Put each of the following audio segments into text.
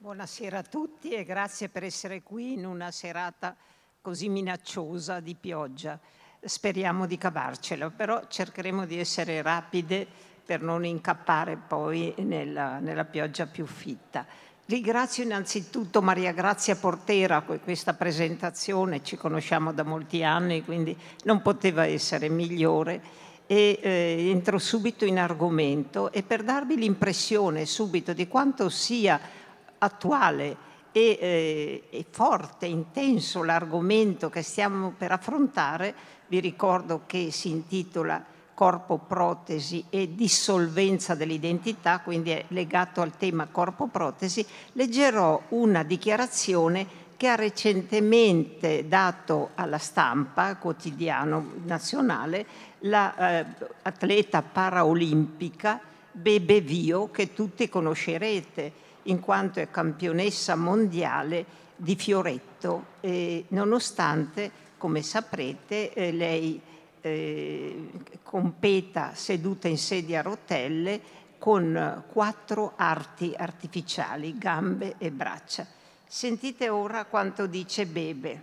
Buonasera a tutti e grazie per essere qui in una serata così minacciosa di pioggia. Speriamo di cavarcela, però cercheremo di essere rapide per non incappare poi nella pioggia più fitta. Ringrazio innanzitutto Maria Grazia Portera per questa presentazione, ci conosciamo da molti anni, quindi non poteva essere migliore. E entro subito in argomento e per darvi l'impressione subito di quanto sia attuale e forte, intenso l'argomento che stiamo per affrontare, vi ricordo che si intitola Corpo, protesi e dissolvenza dell'identità, quindi è legato al tema corpo, protesi. Leggerò una dichiarazione che ha recentemente dato alla Stampa, quotidiano nazionale, l'atleta paraolimpica Bebe Vio, che tutti conoscerete in quanto è campionessa mondiale di fioretto, nonostante, come saprete, lei competa seduta in sedia a rotelle con 4 arti artificiali, gambe e braccia. Sentite ora quanto dice Bebe.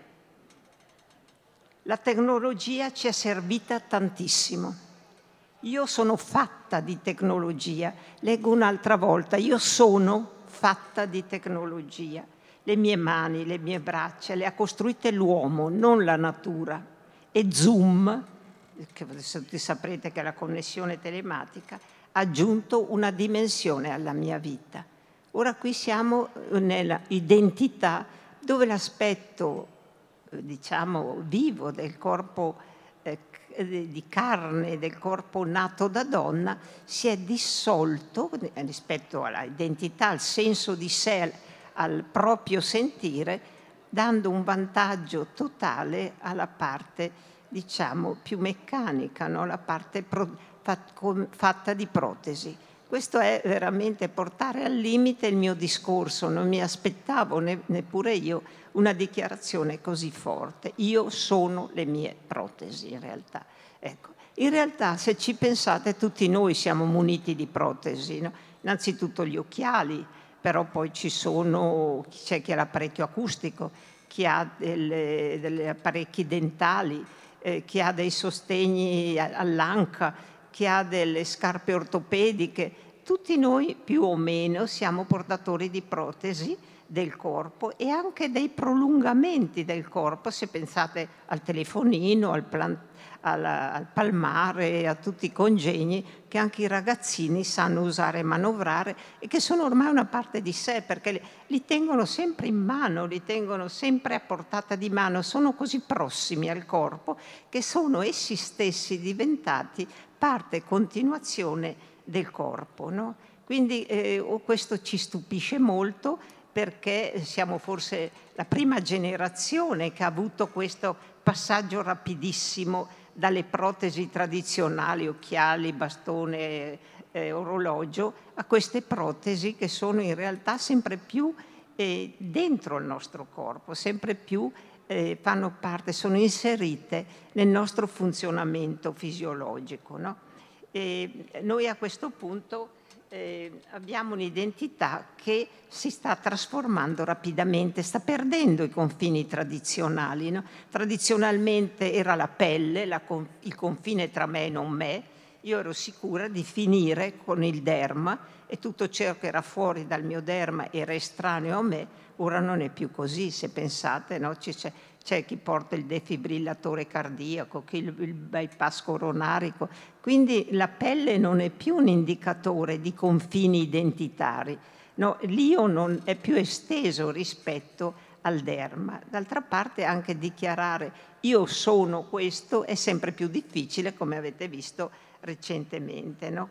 La tecnologia ci è servita tantissimo. Io sono fatta di tecnologia. Leggo un'altra volta, io sono fatta di tecnologia. Le mie mani, le mie braccia, le ha costruite l'uomo, non la natura. E Zoom, che tutti saprete che è la connessione telematica, ha aggiunto una dimensione alla mia vita. Ora qui siamo nella identità dove l'aspetto, diciamo, vivo del corpo di carne del corpo nato da donna si è dissolto rispetto all'identità, al senso di sé, al proprio sentire, dando un vantaggio totale alla parte, diciamo, più meccanica, no? La parte fatta di protesi. Questo è veramente portare al limite il mio discorso, non mi aspettavo neppure io una dichiarazione così forte. Io sono le mie protesi in realtà. Ecco, in realtà se ci pensate tutti noi siamo muniti di protesi, no? Innanzitutto gli occhiali, però poi c'è chi ha l'apparecchio acustico, chi ha degli apparecchi dentali, chi ha dei sostegni all'anca, chi ha delle scarpe ortopediche. Tutti noi più o meno siamo portatori di protesi del corpo e anche dei prolungamenti del corpo, se pensate al telefonino, al palmare, a tutti i congegni che anche i ragazzini sanno usare e manovrare e che sono ormai una parte di sé perché li tengono sempre in mano, li tengono sempre a portata di mano, sono così prossimi al corpo che sono essi stessi diventati parte e continuazione del corpo, no? Quindi questo ci stupisce molto perché siamo forse la prima generazione che ha avuto questo passaggio rapidissimo dalle protesi tradizionali, occhiali, bastone, orologio, a queste protesi che sono in realtà sempre più dentro il nostro corpo, sempre più fanno parte, sono inserite nel nostro funzionamento fisiologico, no? E noi a questo punto abbiamo un'identità che si sta trasformando rapidamente, sta perdendo i confini tradizionali, no? Tradizionalmente era la pelle, il confine tra me e non me. Io ero sicura di finire con il derma e tutto ciò che era fuori dal mio derma era estraneo a me. Ora non è più così, se pensate, no? C'è chi porta il defibrillatore cardiaco, chi il bypass coronarico. Quindi la pelle non è più un indicatore di confini identitari. No, l'io non è più esteso rispetto al derma. D'altra parte anche dichiarare io sono questo è sempre più difficile, come avete visto recentemente, no?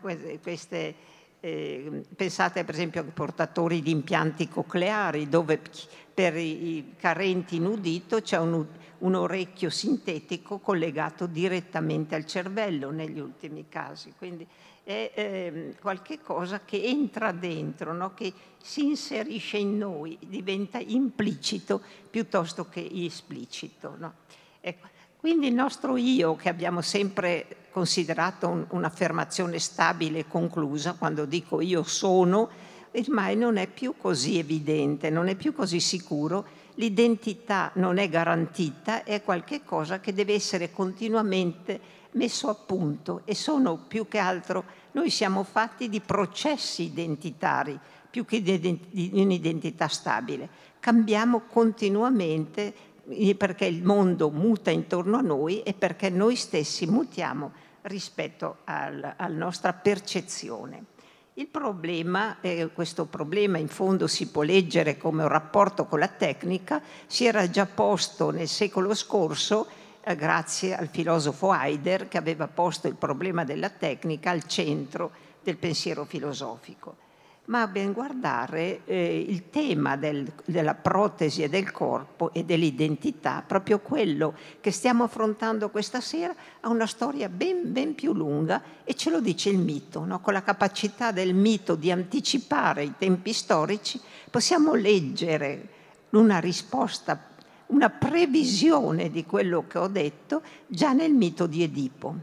Pensate per esempio ai portatori di impianti cocleari, dove per i carenti in udito c'è un orecchio sintetico collegato direttamente al cervello negli ultimi casi. Quindi è qualche cosa che entra dentro, no? Che si inserisce in noi, diventa implicito piuttosto che esplicito, no? Ecco. Quindi il nostro io, che abbiamo sempre considerato un'affermazione stabile e conclusa, quando dico io sono, ormai non è più così evidente, non è più così sicuro, l'identità non è garantita, è qualcosa che deve essere continuamente messo a punto e sono più che altro, noi siamo fatti di processi identitari più che di un'identità stabile. Cambiamo continuamente perché il mondo muta intorno a noi e perché noi stessi mutiamo rispetto alla nostra percezione. Il problema, questo problema in fondo si può leggere come un rapporto con la tecnica, si era già posto nel secolo scorso grazie al filosofo Heidegger che aveva posto il problema della tecnica al centro del pensiero filosofico. Ma a ben guardare il tema della protesi e del corpo e dell'identità, proprio quello che stiamo affrontando questa sera, ha una storia ben più lunga e ce lo dice il mito, no? Con la capacità del mito di anticipare i tempi storici possiamo leggere una risposta, una previsione di quello che ho detto già nel mito di Edipo.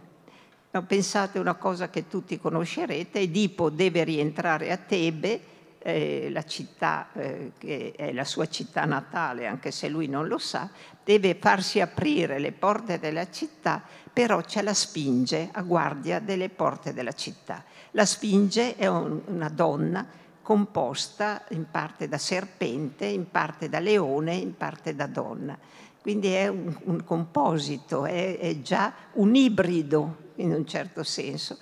Pensate una cosa che tutti conoscerete: Edipo deve rientrare a Tebe, la città che è la sua città natale, anche se lui non lo sa, deve farsi aprire le porte della città, però c'è la Sfinge a guardia delle porte della città. La Sfinge è una donna composta in parte da serpente, in parte da leone, in parte da donna. Quindi è un composito, è già un ibrido in un certo senso.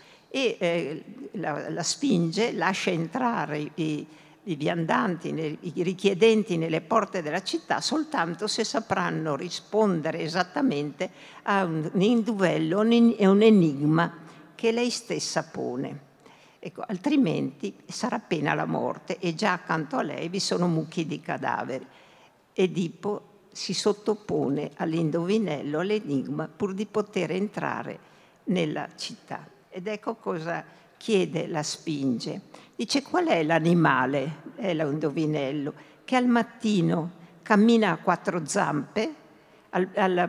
E la Sfinge lascia entrare i viandanti, i richiedenti nelle porte della città soltanto se sapranno rispondere esattamente a un induello e un enigma che lei stessa pone. Ecco, altrimenti sarà pena la morte e già accanto a lei vi sono mucchi di cadaveri. Edipo si sottopone all'indovinello, all'enigma, pur di poter entrare nella città. Ed ecco cosa chiede la Sfinge. Dice: qual è l'animale, è l'indovinello, che al mattino cammina a 4 zampe, a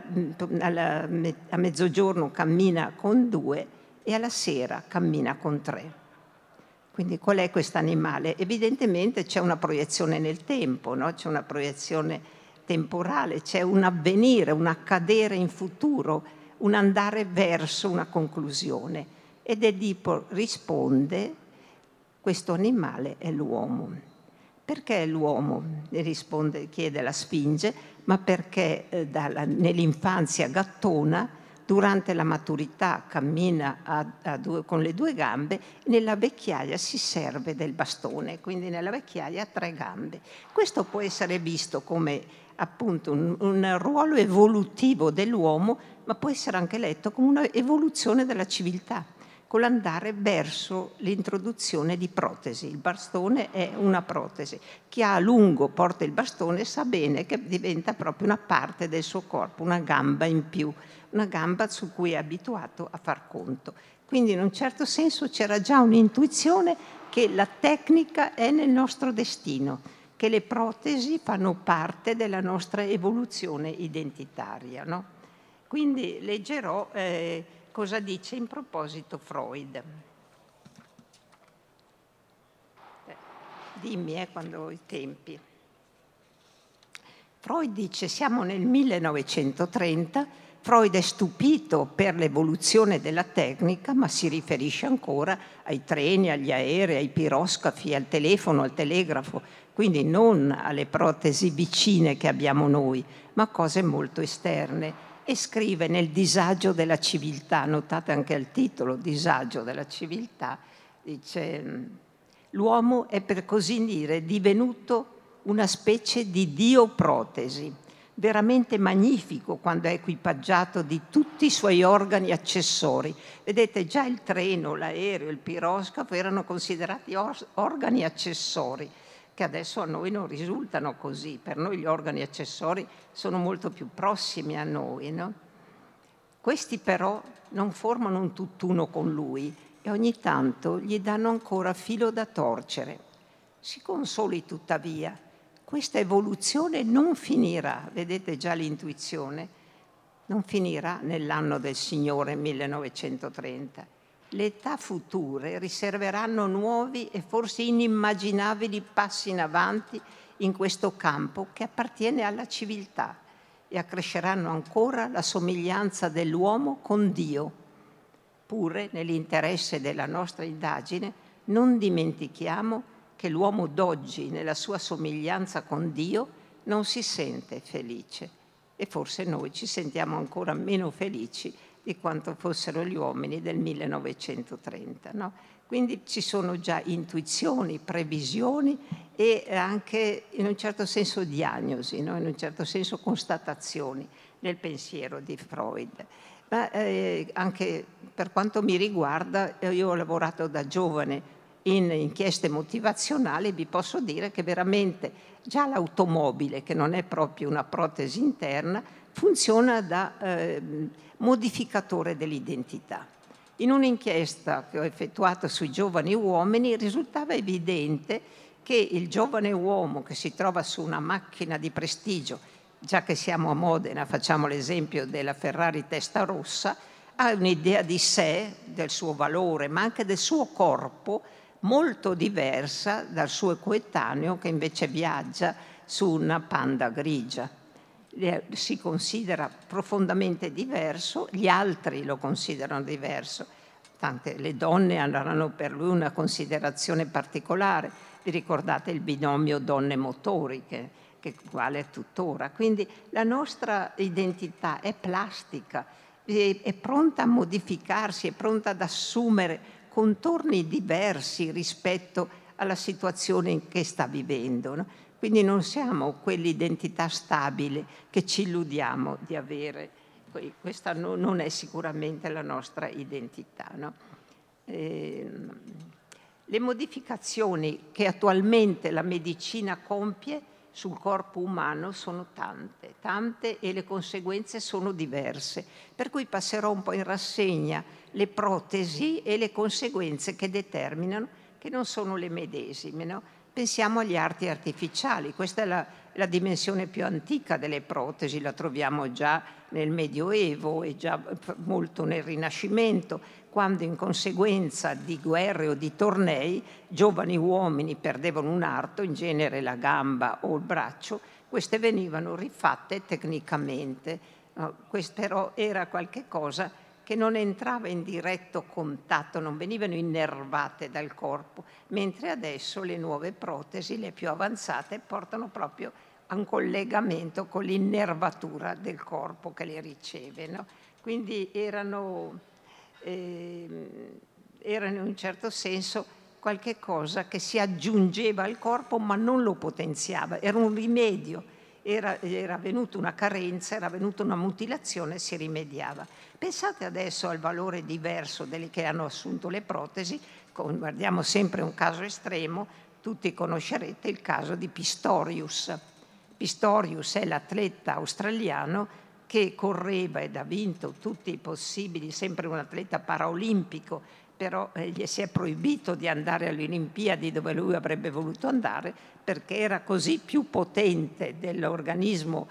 mezzogiorno cammina con 2 e alla sera cammina con 3. Quindi qual è questo animale? Evidentemente c'è una proiezione nel tempo, no? C'è una proiezione temporale, c'è un avvenire, un accadere in futuro, un andare verso una conclusione. Ed Edipo risponde: questo animale è l'uomo. Perché è l'uomo? Chiede la Sfinge, ma perché nell'infanzia gattona, durante la maturità cammina con le 2 gambe, nella vecchiaia si serve del bastone, quindi nella vecchiaia ha 3 gambe. Questo può essere visto come appunto un ruolo evolutivo dell'uomo, ma può essere anche letto come un'evoluzione della civiltà, con l'andare verso l'introduzione di protesi. Il bastone è una protesi. Chi ha a lungo porta il bastone sa bene che diventa proprio una parte del suo corpo, una gamba in più, una gamba su cui è abituato a far conto. Quindi in un certo senso c'era già un'intuizione che la tecnica è nel nostro destino, che le protesi fanno parte della nostra evoluzione identitaria, no? Quindi leggerò cosa dice in proposito Freud. Dimmi quando i tempi. Freud dice: siamo nel 1930, Freud è stupito per l'evoluzione della tecnica, ma si riferisce ancora ai treni, agli aerei, ai piroscafi, al telefono, al telegrafo, quindi non alle protesi vicine che abbiamo noi, ma cose molto esterne. E scrive nel Disagio della civiltà, notate anche il titolo, Disagio della civiltà, dice: l'uomo è, per così dire, divenuto una specie di dio protesi, veramente magnifico quando è equipaggiato di tutti i suoi organi accessori. Vedete, già il treno, l'aereo, il piroscafo erano considerati organi accessori, che adesso a noi non risultano così. Per noi gli organi accessori sono molto più prossimi a noi, no? Questi però non formano un tutt'uno con lui e ogni tanto gli danno ancora filo da torcere. Si consoli tuttavia, questa evoluzione non finirà, vedete già l'intuizione, non finirà nell'anno del Signore 1930. Le età future riserveranno nuovi e forse inimmaginabili passi in avanti in questo campo che appartiene alla civiltà e accresceranno ancora la somiglianza dell'uomo con Dio. Pure, nell'interesse della nostra indagine, non dimentichiamo che l'uomo d'oggi, nella sua somiglianza con Dio, non si sente felice. E forse noi ci sentiamo ancora meno felici di quanto fossero gli uomini del 1930, no? Quindi ci sono già intuizioni, previsioni e anche in un certo senso diagnosi, no? In un certo senso constatazioni nel pensiero di Freud. Ma anche per quanto mi riguarda, io ho lavorato da giovane in inchieste motivazionali, vi posso dire che veramente già l'automobile, che non è proprio una protesi interna, funziona da modificatore dell'identità. In un'inchiesta che ho effettuato sui giovani uomini risultava evidente che il giovane uomo che si trova su una macchina di prestigio, già che siamo a Modena, facciamo l'esempio della Ferrari Testarossa, ha un'idea di sé, del suo valore, ma anche del suo corpo, molto diversa dal suo coetaneo che invece viaggia su una Panda grigia. Si considera profondamente diverso, gli altri lo considerano diverso. Tante le donne avranno per lui una considerazione particolare. Vi ricordate il binomio donne-motori che vale tuttora. Quindi la nostra identità è plastica, è pronta a modificarsi, è pronta ad assumere contorni diversi rispetto alla situazione che sta vivendo, no? Quindi non siamo quell'identità stabile che ci illudiamo di avere. Questa non è sicuramente la nostra identità, no? Le modificazioni che attualmente la medicina compie sul corpo umano sono tante e le conseguenze sono diverse, per cui passerò un po' in rassegna le protesi e le conseguenze che determinano, che non sono le medesime, no? Pensiamo agli arti artificiali, questa è la dimensione più antica delle protesi, la troviamo già nel Medioevo e già molto nel Rinascimento, quando in conseguenza di guerre o di tornei giovani uomini perdevano un arto, in genere la gamba o il braccio, queste venivano rifatte tecnicamente. Questo però era qualche cosa che non entrava in diretto contatto, non venivano innervate dal corpo, mentre adesso le nuove protesi, le più avanzate, portano proprio a un collegamento con l'innervatura del corpo che le riceve, no? Quindi erano in un certo senso qualche cosa che si aggiungeva al corpo ma non lo potenziava, era un rimedio. Era venuta una carenza, era venuta una mutilazione e si rimediava. Pensate adesso al valore diverso delle che hanno assunto le protesi. Guardiamo sempre un caso estremo, tutti conoscerete il caso di Pistorius. Pistorius è l'atleta australiano che correva ed ha vinto tutti i possibili, sempre un atleta paraolimpico, però gli si è proibito di andare alle Olimpiadi dove lui avrebbe voluto andare perché era così più potente dell'organismo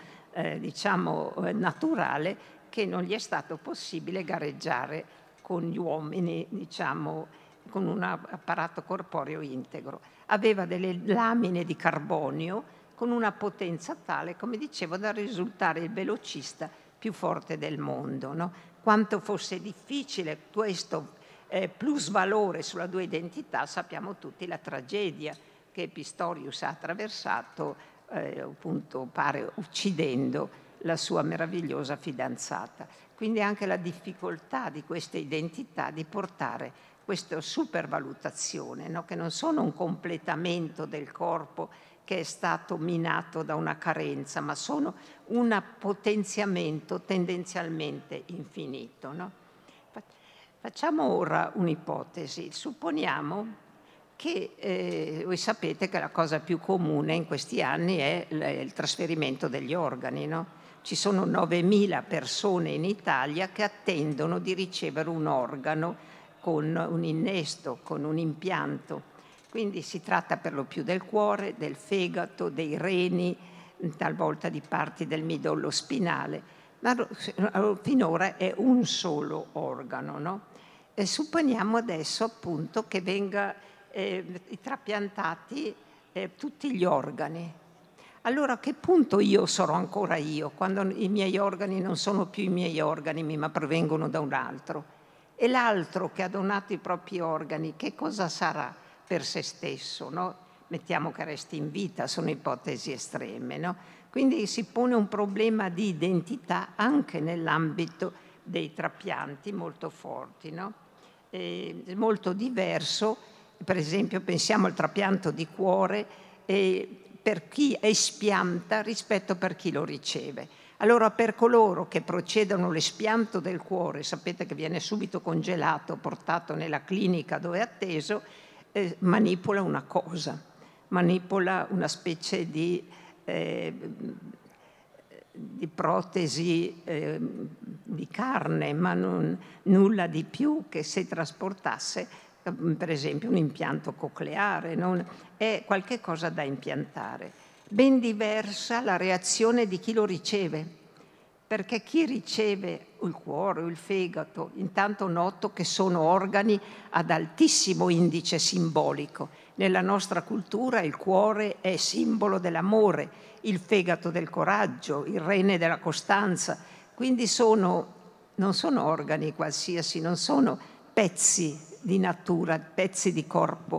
naturale che non gli è stato possibile gareggiare con gli uomini, con un apparato corporeo integro. Aveva delle lamine di carbonio con una potenza tale, come dicevo, da risultare il velocista più forte del mondo, no? Quanto fosse difficile questo plusvalore sulla due identità, sappiamo tutti la tragedia che Pistorius ha attraversato, appunto pare uccidendo la sua meravigliosa fidanzata. Quindi anche la difficoltà di queste identità di portare questa supervalutazione, no? Che non sono un completamento del corpo che è stato minato da una carenza, ma sono un potenziamento tendenzialmente infinito, no? Facciamo ora un'ipotesi. Supponiamo che voi sapete che la cosa più comune in questi anni è il trasferimento degli organi, no? Ci sono 9.000 persone in Italia che attendono di ricevere un organo con un innesto, con un impianto. Quindi si tratta per lo più del cuore, del fegato, dei reni, talvolta di parti del midollo spinale, ma finora è un solo organo, no? supponiamo adesso appunto che venga trapiantati tutti gli organi. Allora a che punto io sarò ancora io, quando i miei organi non sono più i miei organi, ma provengono da un altro? E l'altro che ha donato i propri organi, che cosa sarà per se stesso, no? Mettiamo che resti in vita, sono ipotesi estreme, no? Quindi si pone un problema di identità anche nell'ambito dei trapianti molto forti, no? Molto diverso, per esempio pensiamo al trapianto di cuore per chi espianta rispetto per chi lo riceve. Allora per coloro che procedono l'espianto del cuore, sapete che viene subito congelato, portato nella clinica dove è atteso, manipola una cosa, manipola una specie di protesi di carne, ma nulla di più, che se trasportasse per esempio un impianto cocleare, è qualche cosa da impiantare. Ben diversa la reazione di chi lo riceve, perché chi riceve il cuore o il fegato, intanto noto che sono organi ad altissimo indice simbolico. Nella nostra cultura il cuore è simbolo dell'amore, il fegato del coraggio, il rene della costanza, quindi non sono organi qualsiasi, non sono pezzi di natura, pezzi di corpo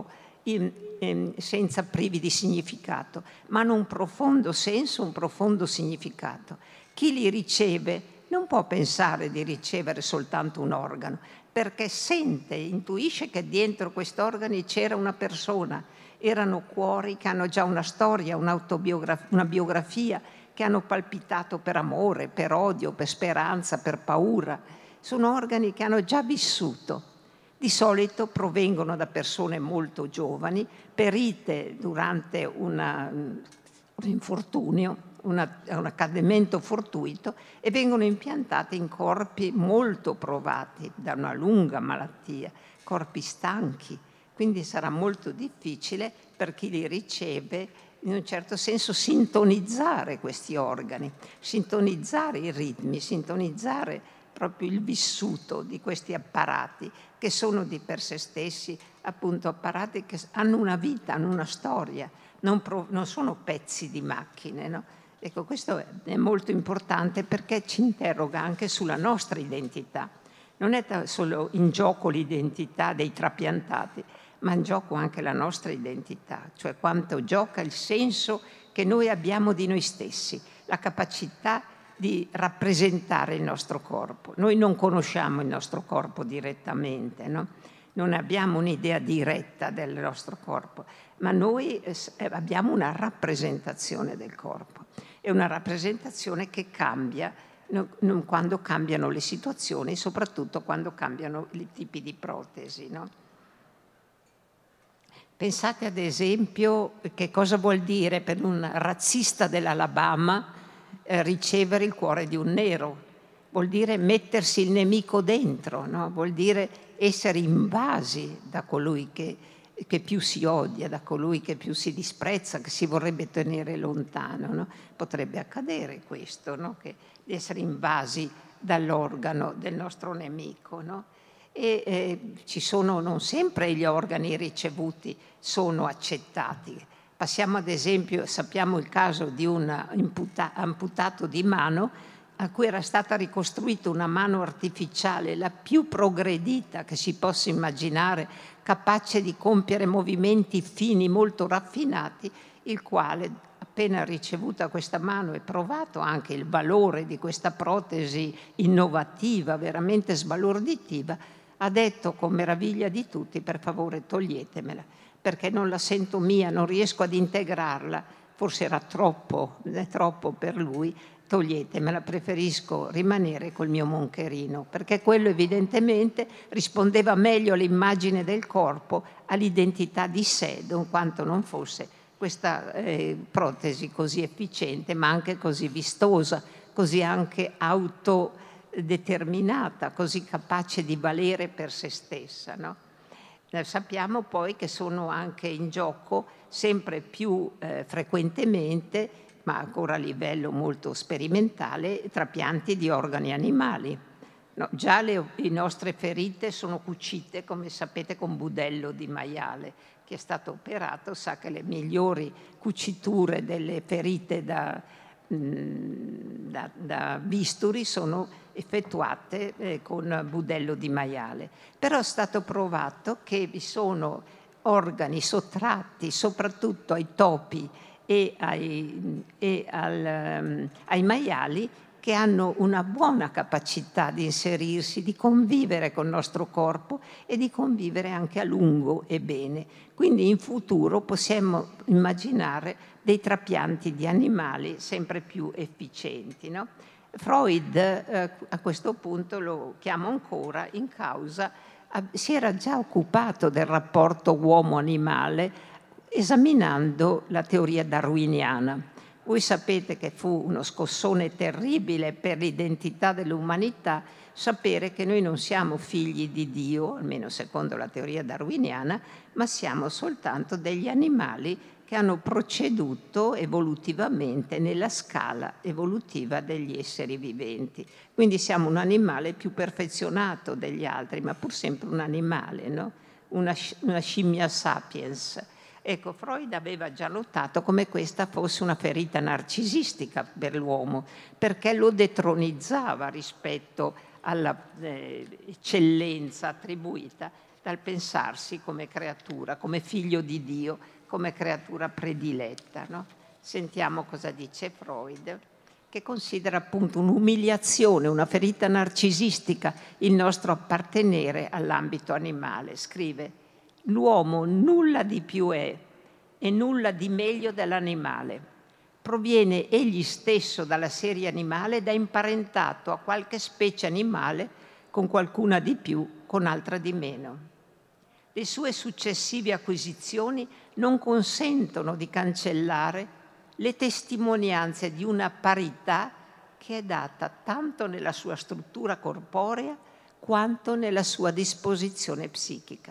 senza privi di significato, ma hanno un profondo senso, un profondo significato. Chi li riceve non può pensare di ricevere soltanto un organo, perché sente, intuisce che dentro questi organi c'era una persona, erano cuori che hanno già una storia, una biografia, che hanno palpitato per amore, per odio, per speranza, per paura. Sono organi che hanno già vissuto. Di solito provengono da persone molto giovani, perite durante un infortunio, un accadimento fortuito, e vengono impiantate in corpi molto provati da una lunga malattia, corpi stanchi. Quindi sarà molto difficile per chi li riceve, in un certo senso, sintonizzare questi organi, sintonizzare i ritmi, sintonizzare proprio il vissuto di questi apparati, che sono di per sé stessi appunto apparati che hanno una vita, hanno una storia, non sono pezzi di macchine, no? Ecco, questo è molto importante perché ci interroga anche sulla nostra identità. Non è solo in gioco l'identità dei trapiantati, ma in gioco anche la nostra identità, cioè quanto gioca il senso che noi abbiamo di noi stessi, la capacità di rappresentare il nostro corpo. Noi non conosciamo il nostro corpo direttamente, no? Non abbiamo un'idea diretta del nostro corpo, ma noi abbiamo una rappresentazione del corpo. È una rappresentazione che cambia quando cambiano le situazioni, soprattutto quando cambiano i tipi di protesi, no? Pensate ad esempio che cosa vuol dire per un razzista dell'Alabama ricevere il cuore di un nero. Vuol dire mettersi il nemico dentro, no? Vuol dire essere invasi da colui che più si odia, da colui che più si disprezza, che si vorrebbe tenere lontano, no? Potrebbe accadere questo, no? Di essere invasi dall'organo del nostro nemico, no? Ci sono, non sempre gli organi ricevuti sono accettati. Passiamo ad esempio, sappiamo il caso di un amputato di mano a cui era stata ricostruita una mano artificiale, la più progredita che si possa immaginare, capace di compiere movimenti fini, molto raffinati, il quale, appena ricevuta questa mano e provato anche il valore di questa protesi innovativa, veramente sbalorditiva, ha detto con meraviglia di tutti: per favore toglietemela, perché non la sento mia, non riesco ad integrarla, forse era troppo per lui, toglietemela, preferisco rimanere col mio moncherino, perché quello evidentemente rispondeva meglio all'immagine del corpo, all'identità di sé, quanto non fosse questa protesi così efficiente, ma anche così vistosa, così anche autodeterminata, così capace di valere per se stessa, no? Sappiamo poi che sono anche in gioco sempre più frequentemente, ma ancora a livello molto sperimentale, trapianti di organi animali. No, già le nostre ferite sono cucite, come sapete, con budello di maiale. Chi è stato operato sa che le migliori cuciture delle ferite da bisturi sono effettuate con budello di maiale. Però è stato provato che vi sono organi sottratti soprattutto ai topi e ai maiali, che hanno una buona capacità di inserirsi, di convivere col nostro corpo e di convivere anche a lungo e bene. Quindi in futuro possiamo immaginare dei trapianti di animali sempre più efficienti, no? Freud a questo punto, lo chiamo ancora in causa, si era già occupato del rapporto uomo-animale esaminando la teoria darwiniana. Voi sapete che fu uno scossone terribile per l'identità dell'umanità sapere che noi non siamo figli di Dio, almeno secondo la teoria darwiniana, ma siamo soltanto degli animali che hanno proceduto evolutivamente nella scala evolutiva degli esseri viventi. Quindi siamo un animale più perfezionato degli altri, ma pur sempre un animale, no? Una scimmia sapiens. Ecco, Freud aveva già notato come questa fosse una ferita narcisistica per l'uomo, perché lo detronizzava rispetto all'eccellenza attribuita dal pensarsi come creatura, come figlio di Dio, come creatura prediletta, no? Sentiamo cosa dice Freud, che considera appunto un'umiliazione, una ferita narcisistica il nostro appartenere all'ambito animale. Scrive: l'uomo nulla di più è e nulla di meglio dell'animale. Proviene egli stesso dalla serie animale ed è imparentato a qualche specie animale, con qualcuna di più, con altra di meno. Le sue successive acquisizioni non consentono di cancellare le testimonianze di una parità che è data tanto nella sua struttura corporea quanto nella sua disposizione psichica.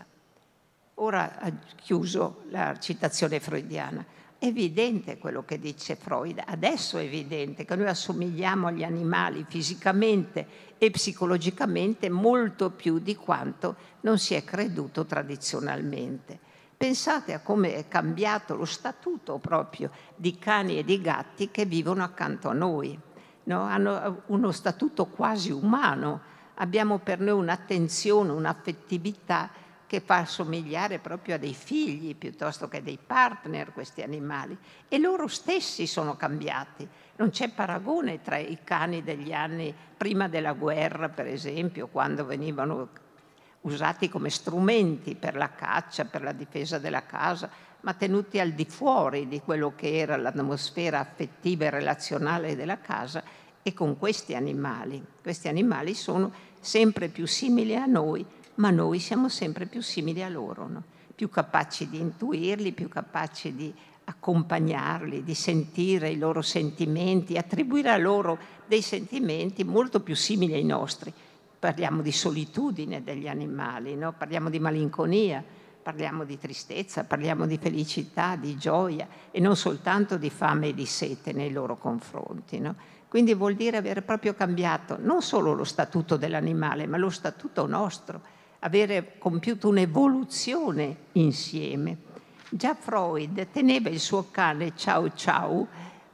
Ora ha chiuso la citazione freudiana. È evidente quello che dice Freud, adesso è evidente che noi assomigliamo agli animali fisicamente e psicologicamente molto più di quanto non si è creduto tradizionalmente. Pensate a come è cambiato lo statuto proprio di cani e di gatti che vivono accanto a noi, no? Hanno uno statuto quasi umano, abbiamo per noi un'attenzione, un'affettività che fa assomigliare proprio a dei figli piuttosto che a dei partner questi animali, e loro stessi sono cambiati. Non c'è paragone tra i cani degli anni prima della guerra, per esempio, quando venivano usati come strumenti per la caccia, per la difesa della casa, ma tenuti al di fuori di quello che era l'atmosfera affettiva e relazionale della casa, e con questi animali. Questi animali sono sempre più simili a noi, ma noi siamo sempre più simili a loro, no? Più capaci di intuirli, più capaci di accompagnarli, di sentire i loro sentimenti, attribuire a loro dei sentimenti molto più simili ai nostri. Parliamo di solitudine degli animali, no? Parliamo di malinconia, parliamo di tristezza, parliamo di felicità, di gioia, e non soltanto di fame e di sete nei loro confronti, no? Quindi vuol dire avere proprio cambiato non solo lo statuto dell'animale, ma lo statuto nostro, avere compiuto un'evoluzione insieme. Già Freud teneva il suo cane Ciao Ciao,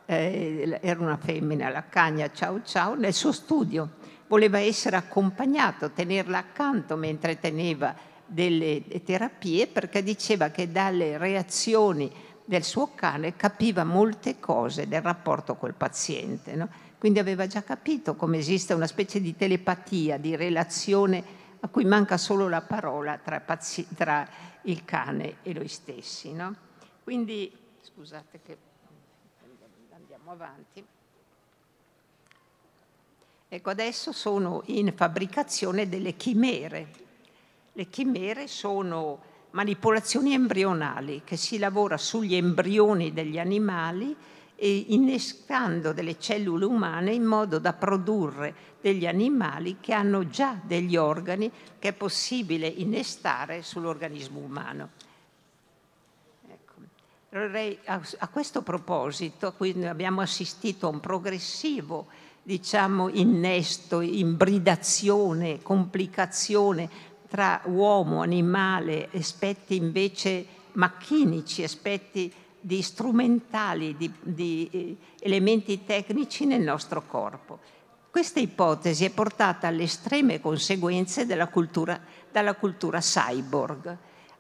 era una femmina, la cagna Ciao Ciao, nel suo studio. Voleva essere accompagnato, tenerla accanto mentre teneva delle terapie, perché diceva che dalle reazioni del suo cane capiva molte cose del rapporto col paziente, no? Quindi aveva già capito come esiste una specie di telepatia, di relazione a cui manca solo la parola tra il cane e noi stessi, no? Quindi, scusate che andiamo avanti. Ecco, adesso sono in fabbricazione delle chimere. Le chimere sono manipolazioni embrionali, che si lavora sugli embrioni degli animali e innescando delle cellule umane in modo da produrre degli animali che hanno già degli organi che è possibile innestare sull'organismo umano. Ecco. A questo proposito, qui abbiamo assistito a un progressivo diciamo, innesto, ibridazione, complicazione tra uomo, animale, aspetti invece macchinici, aspetti di strumentali, di elementi tecnici nel nostro corpo. Questa ipotesi è portata alle estreme conseguenze dalla cultura cyborg,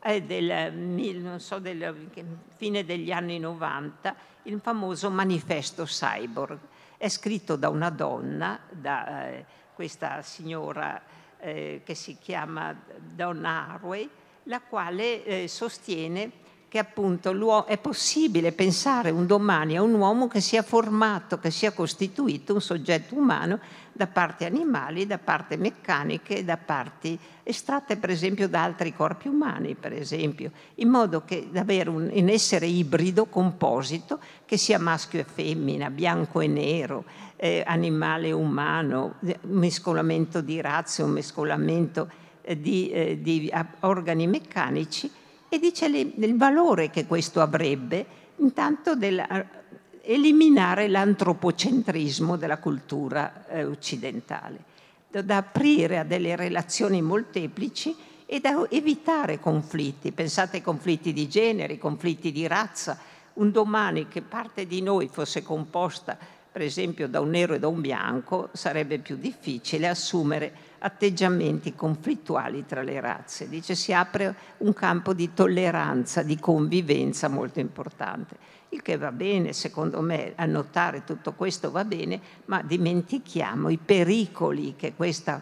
del fine degli anni 90, il famoso manifesto cyborg. È scritto da una donna, da questa signora che si chiama Donna Haraway, la quale sostiene che appunto è possibile pensare un domani a un uomo che sia formato, che sia costituito un soggetto umano da parti animali, da parti meccaniche, da parti estratte per esempio da altri corpi umani, per esempio, in modo che da avere un essere ibrido, composito, che sia maschio e femmina, bianco e nero, animale e umano, un mescolamento di razze, un mescolamento di organi meccanici, e dice il valore che questo avrebbe, intanto eliminare l'antropocentrismo della cultura occidentale, da aprire a delle relazioni molteplici e da evitare conflitti. Pensate ai conflitti di genere, ai conflitti di razza. Un domani che parte di noi fosse composta, per esempio, da un nero e da un bianco, sarebbe più difficile assumere atteggiamenti conflittuali tra le razze. Dice, si apre un campo di tolleranza, di convivenza molto importante. Il che va bene, secondo me, annotare tutto questo va bene, ma dimentichiamo i pericoli che questa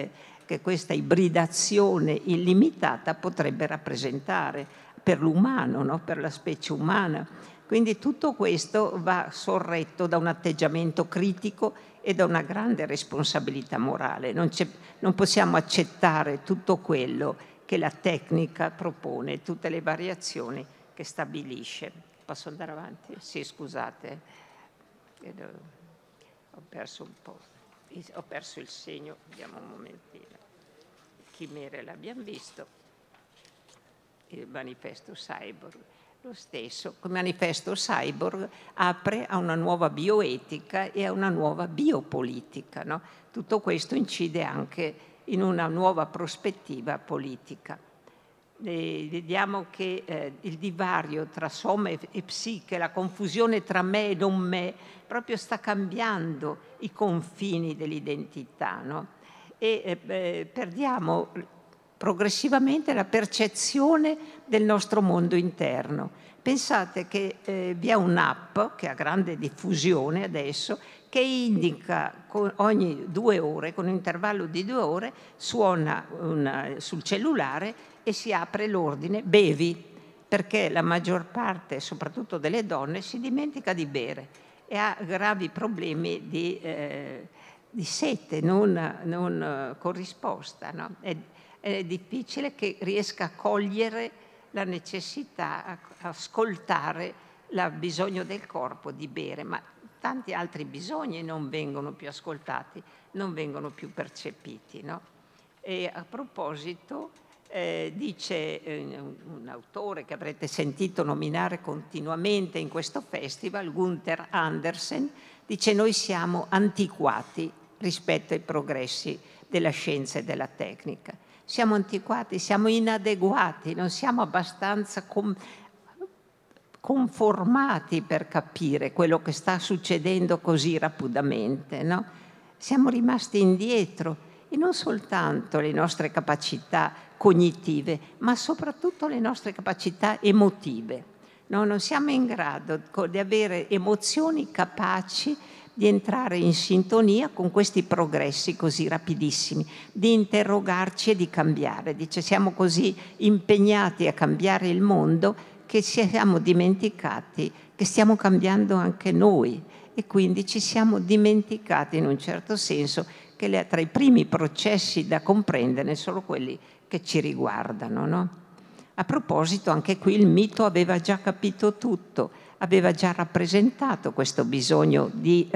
ibridazione illimitata potrebbe rappresentare per l'umano, no? Per la specie umana. Quindi tutto questo va sorretto da un atteggiamento critico e da una grande responsabilità morale. Non possiamo accettare tutto quello che la tecnica propone, tutte le variazioni che stabilisce. Posso andare avanti? Sì, scusate. Ho perso un po'. Ho perso il segno. Vediamo un momentino. Chimere l'abbiamo visto. Il manifesto cyborg. Lo stesso, il manifesto cyborg apre a una nuova bioetica e a una nuova biopolitica, no? Tutto questo incide anche in una nuova prospettiva politica. Vediamo che il divario tra soma e psiche, la confusione tra me e non me, proprio sta cambiando i confini dell'identità, no? E perdiamo progressivamente la percezione del nostro mondo interno. Pensate che vi è un'app che ha grande diffusione adesso, che indica ogni 2 ore, con un intervallo di 2 ore, suona sul cellulare e si apre l'ordine bevi, perché la maggior parte, soprattutto delle donne, si dimentica di bere e ha gravi problemi di sete non corrisposta, no? È difficile che riesca a cogliere la necessità, a ascoltare il bisogno del corpo di bere, ma tanti altri bisogni non vengono più ascoltati, non vengono più percepiti, no? E a proposito, dice un autore che avrete sentito nominare continuamente in questo festival, Gunther Andersen, dice: noi siamo antiquati rispetto ai progressi della scienza e della tecnica. Siamo antiquati, siamo inadeguati, non siamo abbastanza conformati per capire quello che sta succedendo così rapidamente, no? Siamo rimasti indietro, e non soltanto le nostre capacità cognitive, ma soprattutto le nostre capacità emotive. No? Non siamo in grado di avere emozioni capaci di entrare in sintonia con questi progressi così rapidissimi, di interrogarci e di cambiare. Dice, siamo così impegnati a cambiare il mondo che ci siamo dimenticati che stiamo cambiando anche noi, e quindi ci siamo dimenticati in un certo senso che tra i primi processi da comprendere sono quelli che ci riguardano, no? A proposito, anche qui il mito aveva già capito tutto, aveva già rappresentato questo bisogno di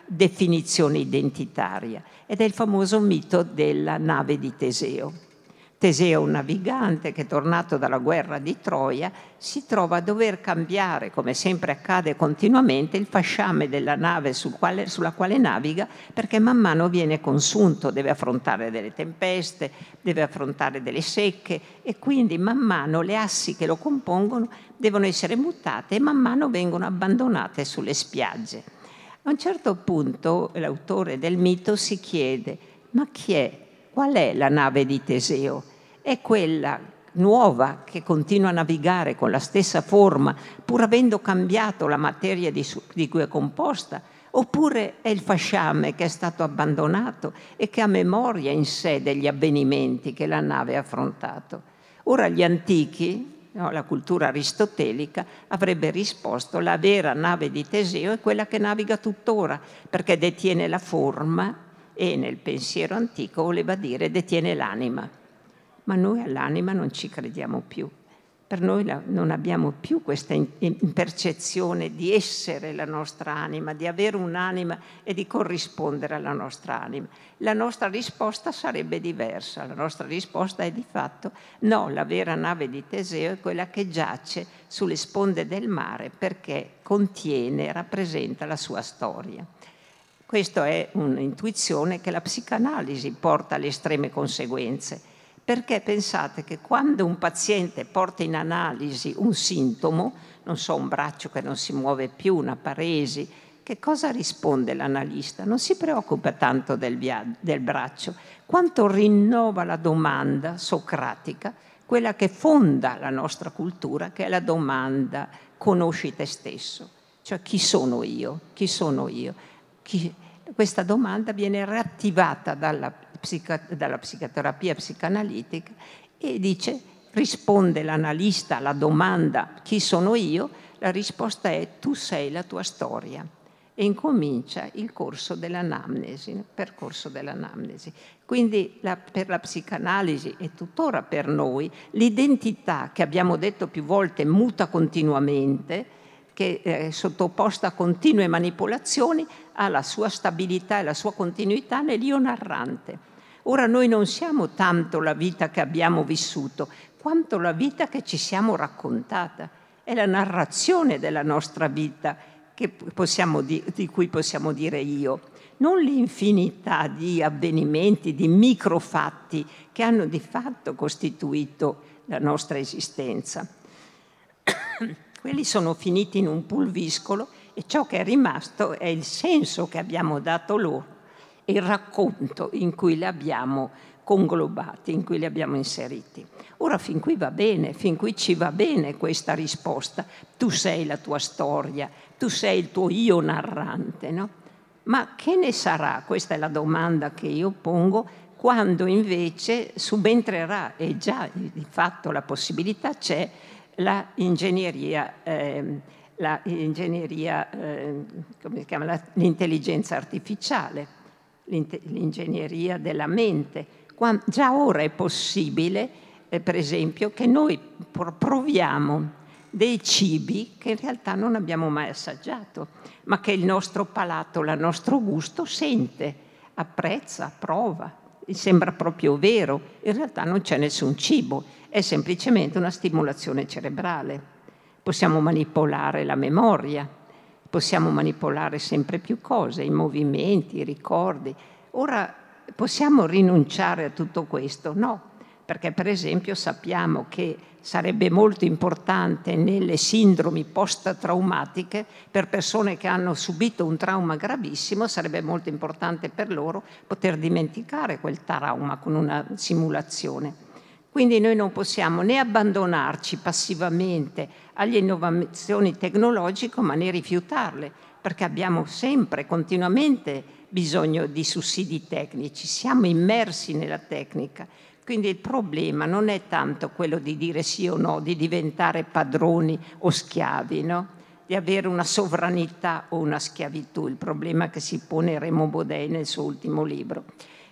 definizione identitaria, ed è il famoso mito della nave di Teseo. Teseo, un navigante che, tornato dalla guerra di Troia, si trova a dover cambiare, come sempre accade continuamente, il fasciame della nave sulla quale naviga, perché man mano viene consunto, deve affrontare delle tempeste, deve affrontare delle secche, e quindi man mano le assi che lo compongono devono essere mutate e man mano vengono abbandonate sulle spiagge. A un certo punto l'autore del mito si chiede: ma chi è? Qual è la nave di Teseo? È quella nuova che continua a navigare con la stessa forma, pur avendo cambiato la materia di cui è composta? Oppure è il fasciame che è stato abbandonato e che ha memoria in sé degli avvenimenti che la nave ha affrontato? Ora gli antichi, la cultura aristotelica, avrebbe risposto: la vera nave di Teseo è quella che naviga tuttora, perché detiene la forma e nel pensiero antico voleva dire detiene l'anima. Ma noi all'anima non ci crediamo più. Per noi non abbiamo più questa percezione di essere la nostra anima, di avere un'anima e di corrispondere alla nostra anima. La nostra risposta sarebbe diversa. La nostra risposta è di fatto: no, la vera nave di Teseo è quella che giace sulle sponde del mare, perché contiene, rappresenta la sua storia. Questa è un'intuizione che la psicanalisi porta alle estreme conseguenze, perché pensate che quando un paziente porta in analisi un sintomo, non so, un braccio che non si muove più, una paresi, che cosa risponde l'analista? Non si preoccupa tanto del braccio, quanto rinnova la domanda socratica, quella che fonda la nostra cultura, che è la domanda: conosci te stesso? Cioè, chi sono io? Chi sono io? Questa domanda viene riattivata dalla psicoterapia psicanalitica e risponde l'analista alla domanda chi sono io, la risposta è: tu sei la tua storia. E incomincia il corso dell'anamnesi, il percorso dell'anamnesi. Quindi per la psicanalisi e tuttora per noi l'identità, che abbiamo detto più volte muta continuamente, che è sottoposta a continue manipolazioni, ha la sua stabilità e la sua continuità nell'io narrante. Ora noi non siamo tanto la vita che abbiamo vissuto, quanto la vita che ci siamo raccontata. È la narrazione della nostra vita di cui possiamo dire io, non l'infinità di avvenimenti, di microfatti che hanno di fatto costituito la nostra esistenza. Quelli sono finiti in un pulviscolo e ciò che è rimasto è il senso che abbiamo dato loro e il racconto in cui li abbiamo conglobati, in cui li abbiamo inseriti. Ora fin qui va bene, fin qui ci va bene questa risposta: tu sei la tua storia, tu sei il tuo io narrante, no? Ma che ne sarà? Questa è la domanda che io pongo, quando invece subentrerà, e già di fatto la possibilità c'è, l'intelligenza artificiale, l'ingegneria della mente. Già ora è possibile, per esempio, che noi proviamo dei cibi che in realtà non abbiamo mai assaggiato, ma che il nostro palato, il nostro gusto sente, apprezza, prova. Sembra proprio vero, in realtà non c'è nessun cibo, è semplicemente una stimolazione cerebrale. Possiamo manipolare la memoria, possiamo manipolare sempre più cose, i movimenti, i ricordi. Ora, possiamo rinunciare a tutto questo? No, perché per esempio sappiamo che sarebbe molto importante nelle sindromi post-traumatiche, per persone che hanno subito un trauma gravissimo, sarebbe molto importante per loro poter dimenticare quel trauma con una simulazione. Quindi noi non possiamo né abbandonarci passivamente alle innovazioni tecnologiche, ma né rifiutarle, perché abbiamo sempre, continuamente bisogno di sussidi tecnici, siamo immersi nella tecnica. Quindi il problema non è tanto quello di dire sì o no, di diventare padroni o schiavi, no? Di avere una sovranità o una schiavitù, il problema che si pone Remo Bodei nel suo ultimo libro.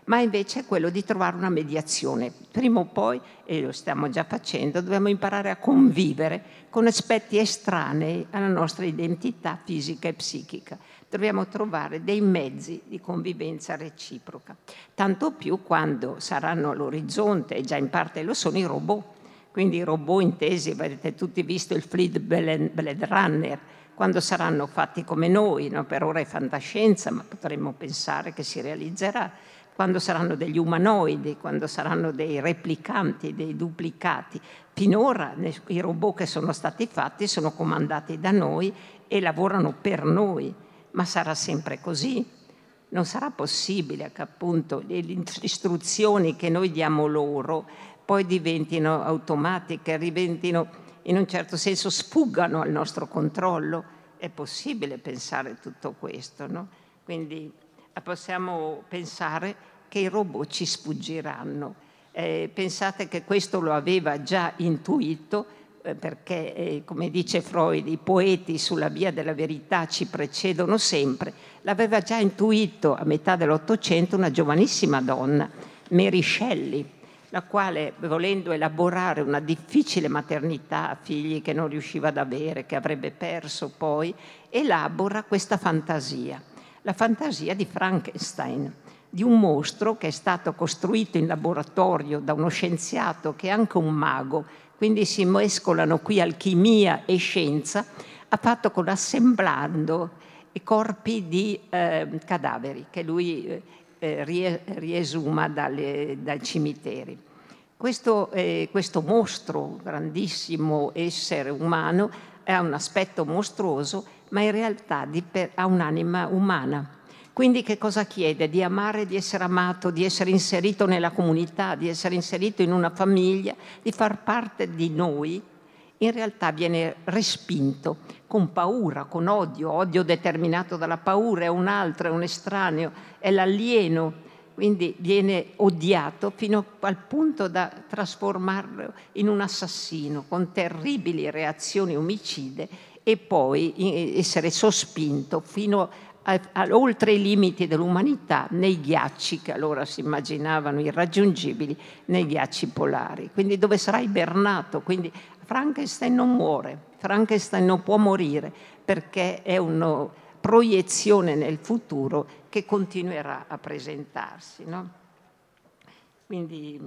ma invece è quello di trovare una mediazione. Prima o poi, e lo stiamo già facendo, dobbiamo imparare a convivere con aspetti estranei alla nostra identità fisica e psichica. Dobbiamo trovare dei mezzi di convivenza reciproca, tanto più quando saranno all'orizzonte, e già in parte lo sono, i robot. Quindi i robot intesi, avrete tutti visto il Fleet Blade Runner, quando saranno fatti come noi, no? Per ora è fantascienza, ma potremmo pensare che si realizzerà, quando saranno degli umanoidi, quando saranno dei replicanti, dei duplicati. Finora i robot che sono stati fatti sono comandati da noi e lavorano per noi, ma sarà sempre così? Non sarà possibile che appunto le istruzioni che noi diamo loro poi diventino automatiche, diventino in un certo senso sfuggano al nostro controllo. È possibile pensare tutto questo, no? Quindi possiamo pensare che i robot ci sfuggiranno. Pensate che questo lo aveva già intuito, perché, come dice Freud, i poeti sulla via della verità ci precedono sempre. L'aveva già intuito a metà dell'Ottocento una giovanissima donna, Mary Shelley, la quale, volendo elaborare una difficile maternità a figli che non riusciva ad avere, che avrebbe perso poi, elabora questa fantasia, la fantasia di Frankenstein, di un mostro che è stato costruito in laboratorio da uno scienziato che è anche un mago, quindi si mescolano qui alchimia e scienza, ha fatto assemblando i corpi di cadaveri che lui riesuma dai cimiteri. Questo mostro, grandissimo essere umano, ha un aspetto mostruoso, ma in realtà ha un'anima umana. Quindi che cosa chiede? Di amare, di essere amato, di essere inserito nella comunità, di essere inserito in una famiglia, di far parte di noi. In realtà viene respinto con paura, con odio determinato dalla paura, è un altro, è un estraneo, è l'alieno. Quindi viene odiato fino al punto da trasformarlo in un assassino con terribili reazioni omicide e poi essere sospinto fino oltre i limiti dell'umanità nei ghiacci che allora si immaginavano irraggiungibili, nei ghiacci polari. Quindi dove sarà ibernato. Quindi Frankenstein non muore, Frankenstein non può morire perché è una proiezione nel futuro che continuerà a presentarsi, no? Quindi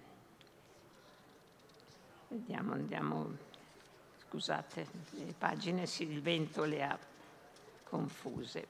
andiamo, scusate, le pagine il vento le ha confuse.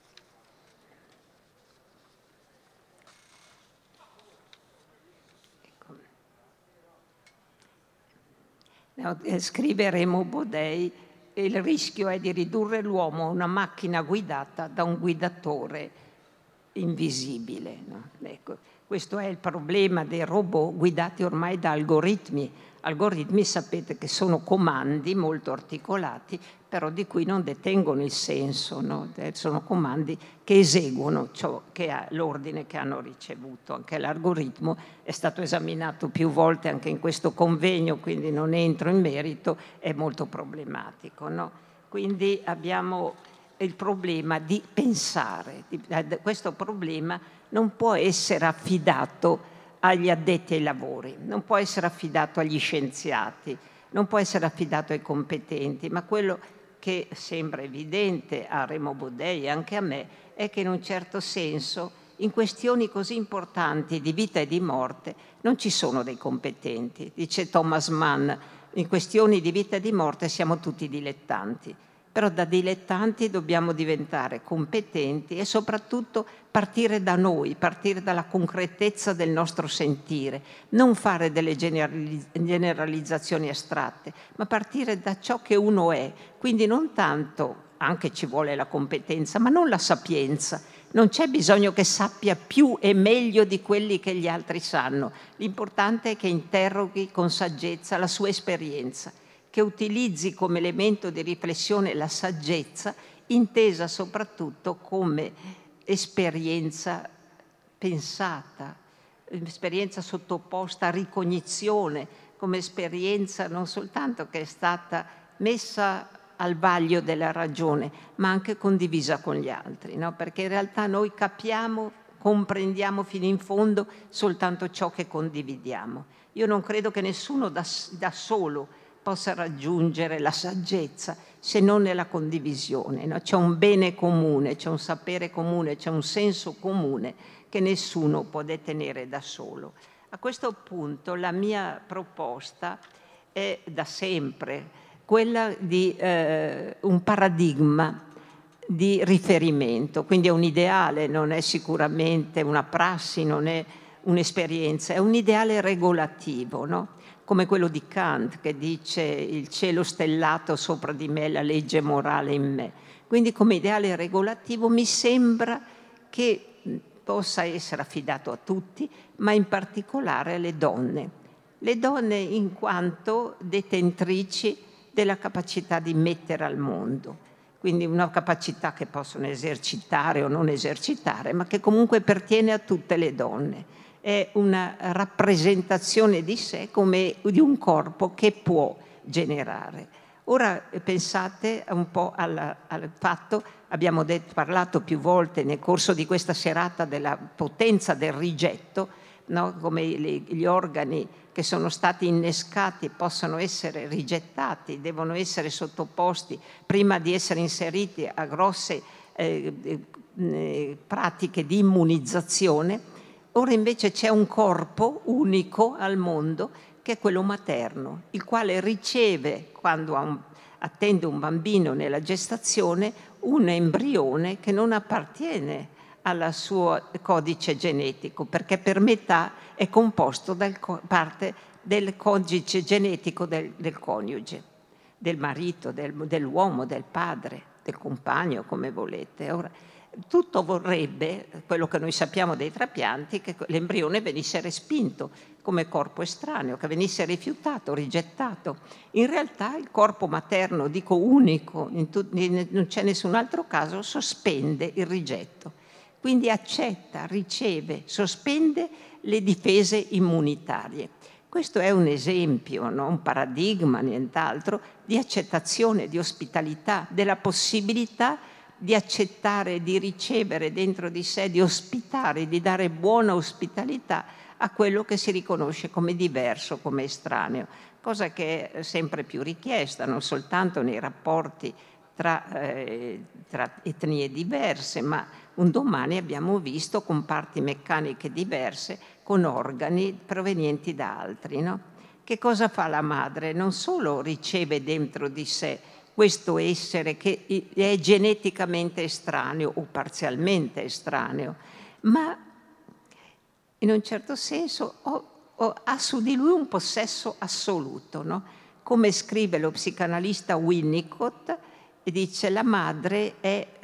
Ecco. Scrive Remo Bodei: il rischio è di ridurre l'uomo a una macchina guidata da un guidatore invisibile, no? Ecco, questo è il problema dei robot guidati ormai da algoritmi. Algoritmi sapete che sono comandi molto articolati, però di cui non detengono il senso, no? Sono comandi che eseguono l'ordine che hanno ricevuto. Anche l'algoritmo è stato esaminato più volte anche in questo convegno, quindi non entro in merito, è molto problematico, no? Quindi abbiamo il problema di pensare. Questo problema non può essere affidato agli addetti ai lavori, non può essere affidato agli scienziati, non può essere affidato ai competenti, ma quello che sembra evidente a Remo Bodei e anche a me è che in un certo senso in questioni così importanti di vita e di morte non ci sono dei competenti. Dice Thomas Mann, in questioni di vita e di morte siamo tutti dilettanti. Però da dilettanti dobbiamo diventare competenti e soprattutto partire da noi, partire dalla concretezza del nostro sentire, non fare delle generalizzazioni astratte, ma partire da ciò che uno è. Quindi non tanto, anche ci vuole la competenza, ma non la sapienza. Non c'è bisogno che sappia più e meglio di quelli che gli altri sanno. L'importante è che interroghi con saggezza la sua esperienza, che utilizzi come elemento di riflessione la saggezza, intesa soprattutto come esperienza pensata, esperienza sottoposta a ricognizione, come esperienza non soltanto che è stata messa al vaglio della ragione, ma anche condivisa con gli altri, no? Perché in realtà noi capiamo comprendiamo fino in fondo soltanto ciò che condividiamo. Io non credo che nessuno da solo possa raggiungere la saggezza se non nella condivisione, no? C'è un bene comune, c'è un sapere comune, c'è un senso comune che nessuno può detenere da solo. A questo punto la mia proposta è da sempre quella di un paradigma di riferimento, quindi è un ideale, non è sicuramente una prassi, non è un'esperienza, è un ideale regolativo, no? Come quello di Kant che dice il cielo stellato sopra di me, la legge morale in me. Quindi come ideale regolativo mi sembra che possa essere affidato a tutti, ma in particolare alle donne. Le donne in quanto detentrici della capacità di mettere al mondo. Quindi una capacità che possono esercitare o non esercitare, ma che comunque pertiene a tutte le donne. È una rappresentazione di sé come di un corpo che può generare. Ora pensate un po' al fatto, abbiamo parlato più volte nel corso di questa serata della potenza del rigetto, no? Come gli organi che sono stati innescati possono essere rigettati, devono essere sottoposti prima di essere inseriti a grosse pratiche di immunizzazione. Ora invece c'è un corpo unico al mondo che è quello materno, il quale riceve, quando attende un bambino nella gestazione, un embrione che non appartiene al suo codice genetico, perché per metà è composto da parte del codice genetico del coniuge, del marito, dell'uomo, del padre, del compagno, come volete. Ora, tutto vorrebbe, quello che noi sappiamo dei trapianti, che l'embrione venisse respinto come corpo estraneo, che venisse rifiutato, rigettato. In realtà il corpo materno, dico unico, non c'è nessun altro caso, sospende il rigetto. Quindi accetta, riceve, sospende le difese immunitarie. Questo è un esempio, no? Un paradigma, nient'altro, di accettazione, di ospitalità, della possibilità di accettare, di ricevere dentro di sé, di ospitare, di dare buona ospitalità a quello che si riconosce come diverso, come estraneo, cosa che è sempre più richiesta, non soltanto nei rapporti tra etnie diverse, ma un domani abbiamo visto con parti meccaniche diverse, con organi provenienti da altri, no? Che cosa fa la madre? Non solo riceve dentro di sé questo essere che è geneticamente estraneo o parzialmente estraneo, ma in un certo senso ha su di lui un possesso assoluto, no? Come scrive lo psicanalista Winnicott, dice la madre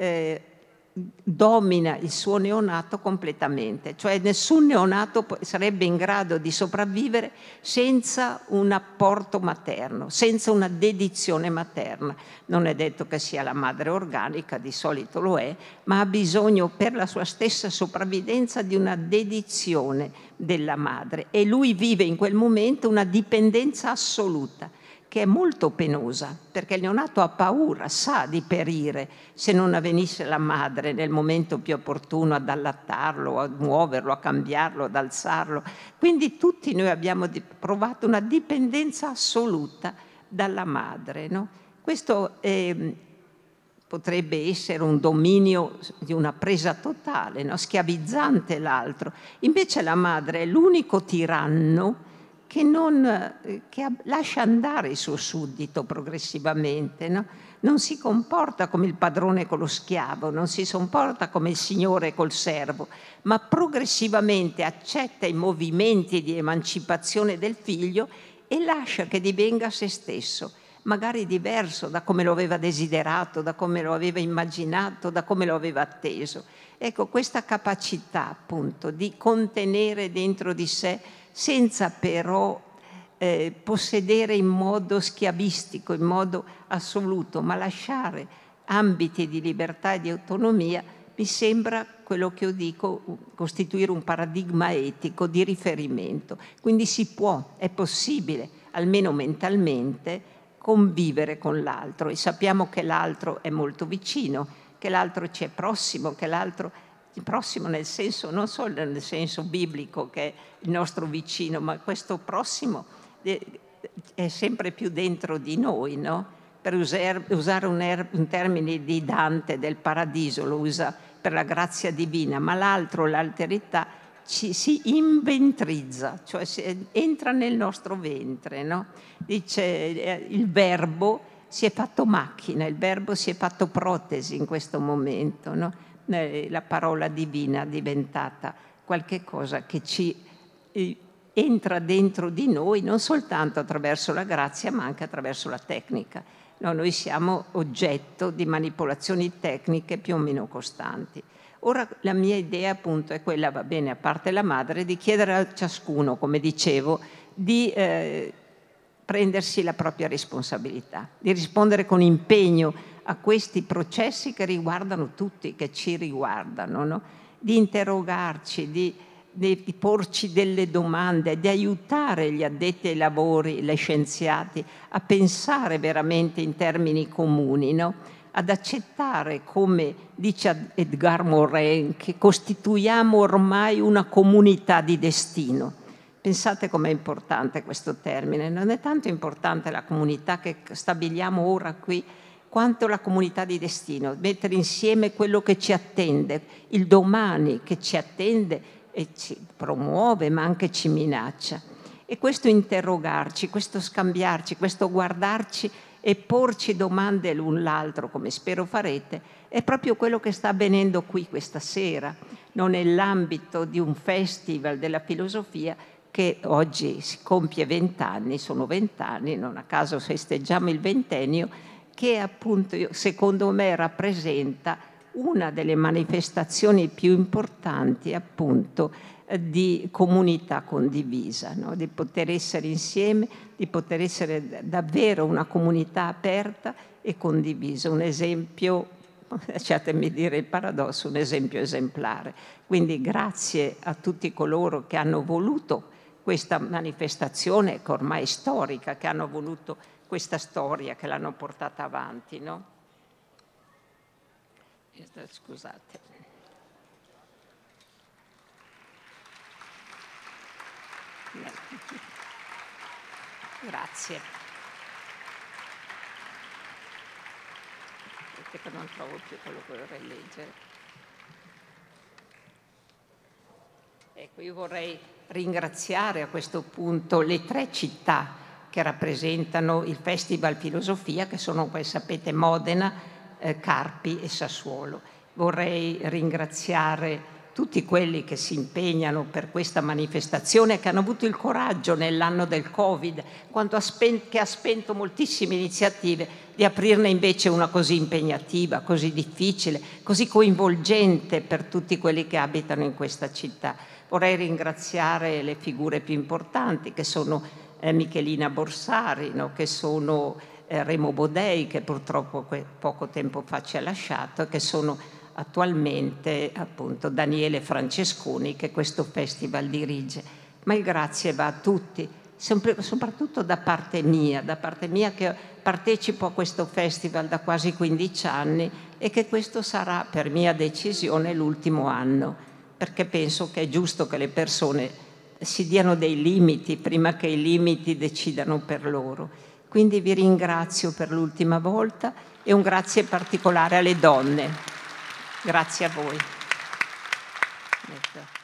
domina il suo neonato completamente, cioè nessun neonato sarebbe in grado di sopravvivere senza un apporto materno, senza una dedizione materna. Non è detto che sia la madre organica, di solito lo è, ma ha bisogno per la sua stessa sopravvivenza di una dedizione della madre, e lui vive in quel momento una dipendenza assoluta, che è molto penosa, perché il neonato ha paura, sa di perire se non avvenisse la madre nel momento più opportuno ad allattarlo, a muoverlo, a cambiarlo, ad alzarlo. Quindi tutti noi abbiamo provato una dipendenza assoluta dalla madre, no? Questo potrebbe essere un dominio di una presa totale, no? Schiavizzante l'altro. Invece la madre è l'unico tiranno che lascia andare il suo suddito progressivamente, no? Non si comporta come il padrone con lo schiavo, non si comporta come il signore col servo, ma progressivamente accetta i movimenti di emancipazione del figlio e lascia che divenga se stesso, magari diverso da come lo aveva desiderato, da come lo aveva immaginato, da come lo aveva atteso. Ecco, questa capacità appunto di contenere dentro di sé senza però possedere in modo schiavistico, in modo assoluto, ma lasciare ambiti di libertà e di autonomia, mi sembra, quello che io dico, costituire un paradigma etico di riferimento. Quindi è possibile, almeno mentalmente, convivere con l'altro, e sappiamo che l'altro è molto vicino, che l'altro ci è prossimo, che l'altro il prossimo nel senso, non solo nel senso biblico che è il nostro vicino, ma questo prossimo è sempre più dentro di noi, no? Per usare un termine di Dante del Paradiso, lo usa per la grazia divina, ma l'altro, l'alterità, si inventrizza, cioè entra nel nostro ventre, no? Dice il verbo si è fatto macchina, il verbo si è fatto protesi in questo momento, no? La parola divina è diventata qualche cosa che ci entra dentro di noi non soltanto attraverso la grazia ma anche attraverso la tecnica. No, noi siamo oggetto di manipolazioni tecniche più o meno costanti. Ora la mia idea appunto è quella, va bene, a parte la madre, di chiedere a ciascuno, come dicevo, di prendersi la propria responsabilità, di rispondere con impegno a questi processi che riguardano tutti, che ci riguardano, no? Di interrogarci, di porci delle domande, di aiutare gli addetti ai lavori, gli scienziati, a pensare veramente in termini comuni, no? Ad accettare, come dice Edgar Morin, che costituiamo ormai una comunità di destino. Pensate com'è importante questo termine, non è tanto importante la comunità che stabiliamo ora qui, quanto la comunità di destino, mettere insieme quello che ci attende, il domani che ci attende e ci promuove ma anche ci minaccia. E questo interrogarci, questo scambiarci, questo guardarci e porci domande l'un l'altro, come spero farete, è proprio quello che sta avvenendo qui questa sera, non nell'ambito di un festival della filosofia che oggi si compie 20 anni, sono 20 anni, non a caso festeggiamo il ventennio, che appunto secondo me rappresenta una delle manifestazioni più importanti appunto di comunità condivisa, no? Di poter essere insieme, di poter essere davvero una comunità aperta e condivisa, un esempio, lasciatemi dire il paradosso, un esempio esemplare. Quindi grazie a tutti coloro che hanno voluto questa manifestazione che ormai è storica, che hanno voluto questa storia, che l'hanno portata avanti, no? Scusate. Grazie. Perché non trovo più quello che vorrei leggere. Ecco, io vorrei ringraziare a questo punto le 3 città che rappresentano il Festival Filosofia, che sono, come sapete, Modena, Carpi e Sassuolo. Vorrei ringraziare tutti quelli che si impegnano per questa manifestazione, che hanno avuto il coraggio nell'anno del Covid, che ha spento moltissime iniziative, di aprirne invece una così impegnativa, così difficile, così coinvolgente per tutti quelli che abitano in questa città. Vorrei ringraziare le figure più importanti, che sono Michelina Borsari, no? Che sono Remo Bodei, che purtroppo poco tempo fa ci ha lasciato, e che sono attualmente appunto Daniele Francesconi, che questo festival dirige. Ma il grazie va a tutti, soprattutto da parte mia che partecipo a questo festival da quasi 15 anni e che questo sarà per mia decisione l'ultimo anno, perché penso che è giusto che le persone si diano dei limiti prima che i limiti decidano per loro. Quindi vi ringrazio per l'ultima volta e un grazie particolare alle donne. Grazie a voi.